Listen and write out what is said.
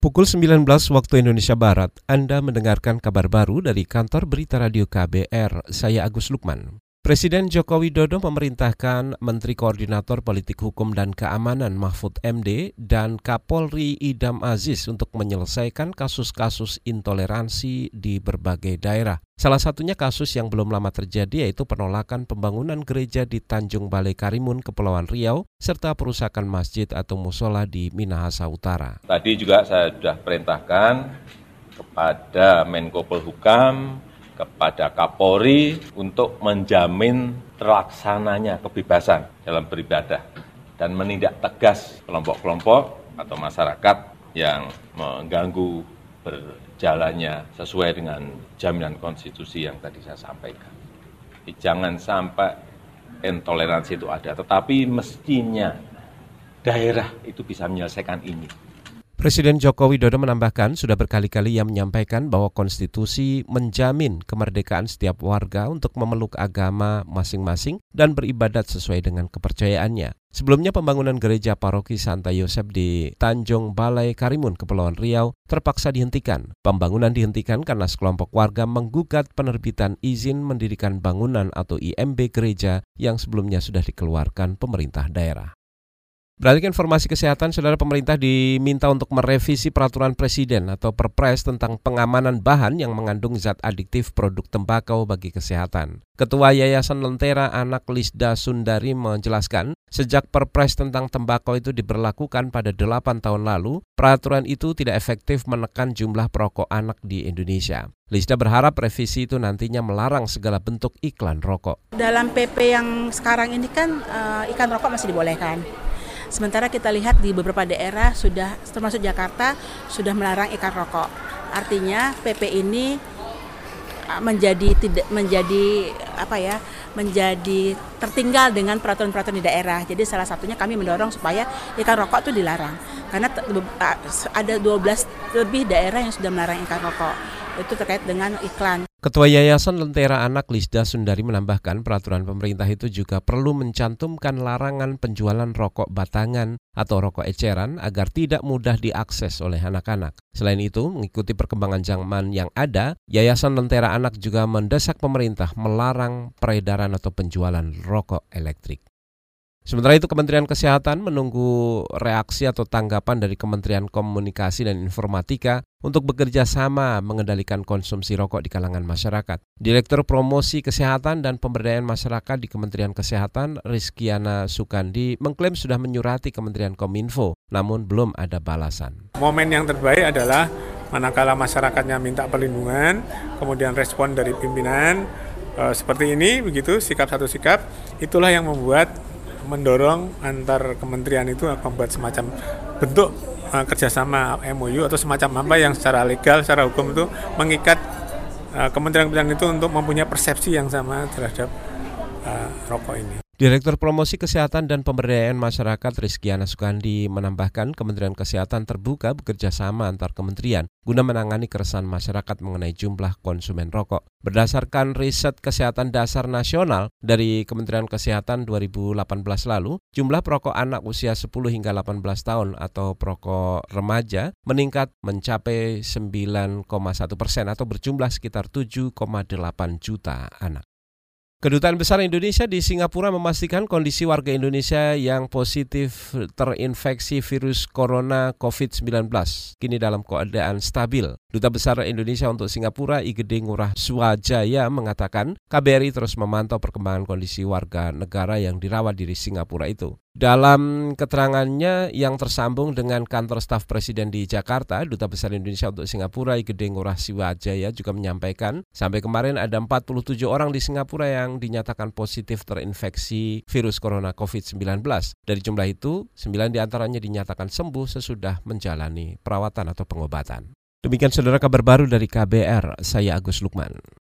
Pukul 19 waktu Indonesia Barat, Anda mendengarkan kabar baru dari kantor berita radio KBR, saya Agus Lukman. Presiden Joko Widodo memerintahkan Menteri Koordinator Politik Hukum dan Keamanan Mahfud MD dan Kapolri Idam Aziz untuk menyelesaikan kasus-kasus intoleransi di berbagai daerah. Salah satunya kasus yang belum lama terjadi yaitu penolakan pembangunan gereja di Tanjung Balai Karimun, Kepulauan Riau, serta perusakan masjid atau musola di Minahasa Utara. Tadi juga saya sudah perintahkan kepada Menko Polhukam, kepada Kapolri untuk menjamin terlaksananya kebebasan dalam beribadah dan menindak tegas kelompok-kelompok atau masyarakat yang mengganggu berjalannya sesuai dengan jaminan konstitusi yang tadi saya sampaikan. Jangan sampai intoleransi itu ada, tetapi mestinya daerah itu bisa menyelesaikan ini. Presiden Joko Widodo menambahkan sudah berkali-kali ia menyampaikan bahwa konstitusi menjamin kemerdekaan setiap warga untuk memeluk agama masing-masing dan beribadat sesuai dengan kepercayaannya. Sebelumnya pembangunan gereja paroki Santa Yosef di Tanjung Balai Karimun, Kepulauan Riau terpaksa dihentikan. Pembangunan dihentikan karena sekelompok warga menggugat penerbitan izin mendirikan bangunan atau IMB gereja yang sebelumnya sudah dikeluarkan pemerintah daerah. Beralih ke informasi kesehatan, Saudara, pemerintah diminta untuk merevisi peraturan presiden atau Perpres tentang pengamanan bahan yang mengandung zat adiktif produk tembakau bagi kesehatan. Ketua Yayasan Lentera Anak Lisda Sundari menjelaskan, sejak Perpres tentang tembakau itu diberlakukan pada 8 tahun lalu, peraturan itu tidak efektif menekan jumlah perokok anak di Indonesia. Lisda berharap revisi itu nantinya melarang segala bentuk iklan rokok. Dalam PP yang sekarang ini kan iklan rokok masih dibolehkan. Sementara kita lihat di beberapa daerah sudah, termasuk Jakarta, sudah melarang iklan rokok. Artinya PP ini menjadi tertinggal dengan peraturan-peraturan di daerah. Jadi salah satunya kami mendorong supaya iklan rokok itu dilarang. Karena ada 12 lebih daerah yang sudah melarang iklan rokok. Itu terkait dengan iklan. Ketua Yayasan Lentera Anak Lisda Sundari menambahkan peraturan pemerintah itu juga perlu mencantumkan larangan penjualan rokok batangan atau rokok eceran agar tidak mudah diakses oleh anak-anak. Selain itu, mengikuti perkembangan zaman yang ada, Yayasan Lentera Anak juga mendesak pemerintah melarang peredaran atau penjualan rokok elektrik. Sementara itu, Kementerian Kesehatan menunggu reaksi atau tanggapan dari Kementerian Komunikasi dan Informatika untuk bekerja sama mengendalikan konsumsi rokok di kalangan masyarakat. Direktur Promosi Kesehatan dan Pemberdayaan Masyarakat di Kementerian Kesehatan, Rizkiana Sukandi, mengklaim sudah menyurati Kementerian Kominfo, namun belum ada balasan. Momen yang terbaik adalah manakala masyarakatnya minta perlindungan, kemudian respon dari pimpinan seperti ini, begitu sikap satu sikap, itulah yang mendorong antar kementerian itu membuat semacam bentuk kerjasama MOU atau semacam apa yang secara legal, secara hukum itu mengikat kementerian-kementerian itu untuk mempunyai persepsi yang sama terhadap rokok ini. Direktur Promosi Kesehatan dan Pemberdayaan Masyarakat Rizkiana Sukandi menambahkan Kementerian Kesehatan terbuka bekerja sama antar kementerian guna menangani keresahan masyarakat mengenai jumlah konsumen rokok. Berdasarkan riset kesehatan dasar nasional dari Kementerian Kesehatan 2018 lalu, jumlah perokok anak usia 10 hingga 18 tahun atau perokok remaja meningkat mencapai 9,1% atau berjumlah sekitar 7,8 juta anak. Kedutaan Besar Indonesia di Singapura memastikan kondisi warga Indonesia yang positif terinfeksi virus corona COVID-19 kini dalam keadaan stabil. Duta Besar Indonesia untuk Singapura IGD Ngurah Suwajaya mengatakan KBRI terus memantau perkembangan kondisi warga negara yang dirawat di Singapura itu. Dalam keterangannya yang tersambung dengan kantor staf Presiden di Jakarta, Duta Besar Indonesia untuk Singapura IGD Ngurah Suwajaya juga menyampaikan sampai kemarin ada 47 orang di Singapura yang dinyatakan positif terinfeksi virus corona COVID-19. Dari jumlah itu, 9 diantaranya dinyatakan sembuh sesudah menjalani perawatan atau pengobatan. Demikian Saudara kabar baru dari KBR, saya Agus Lukman.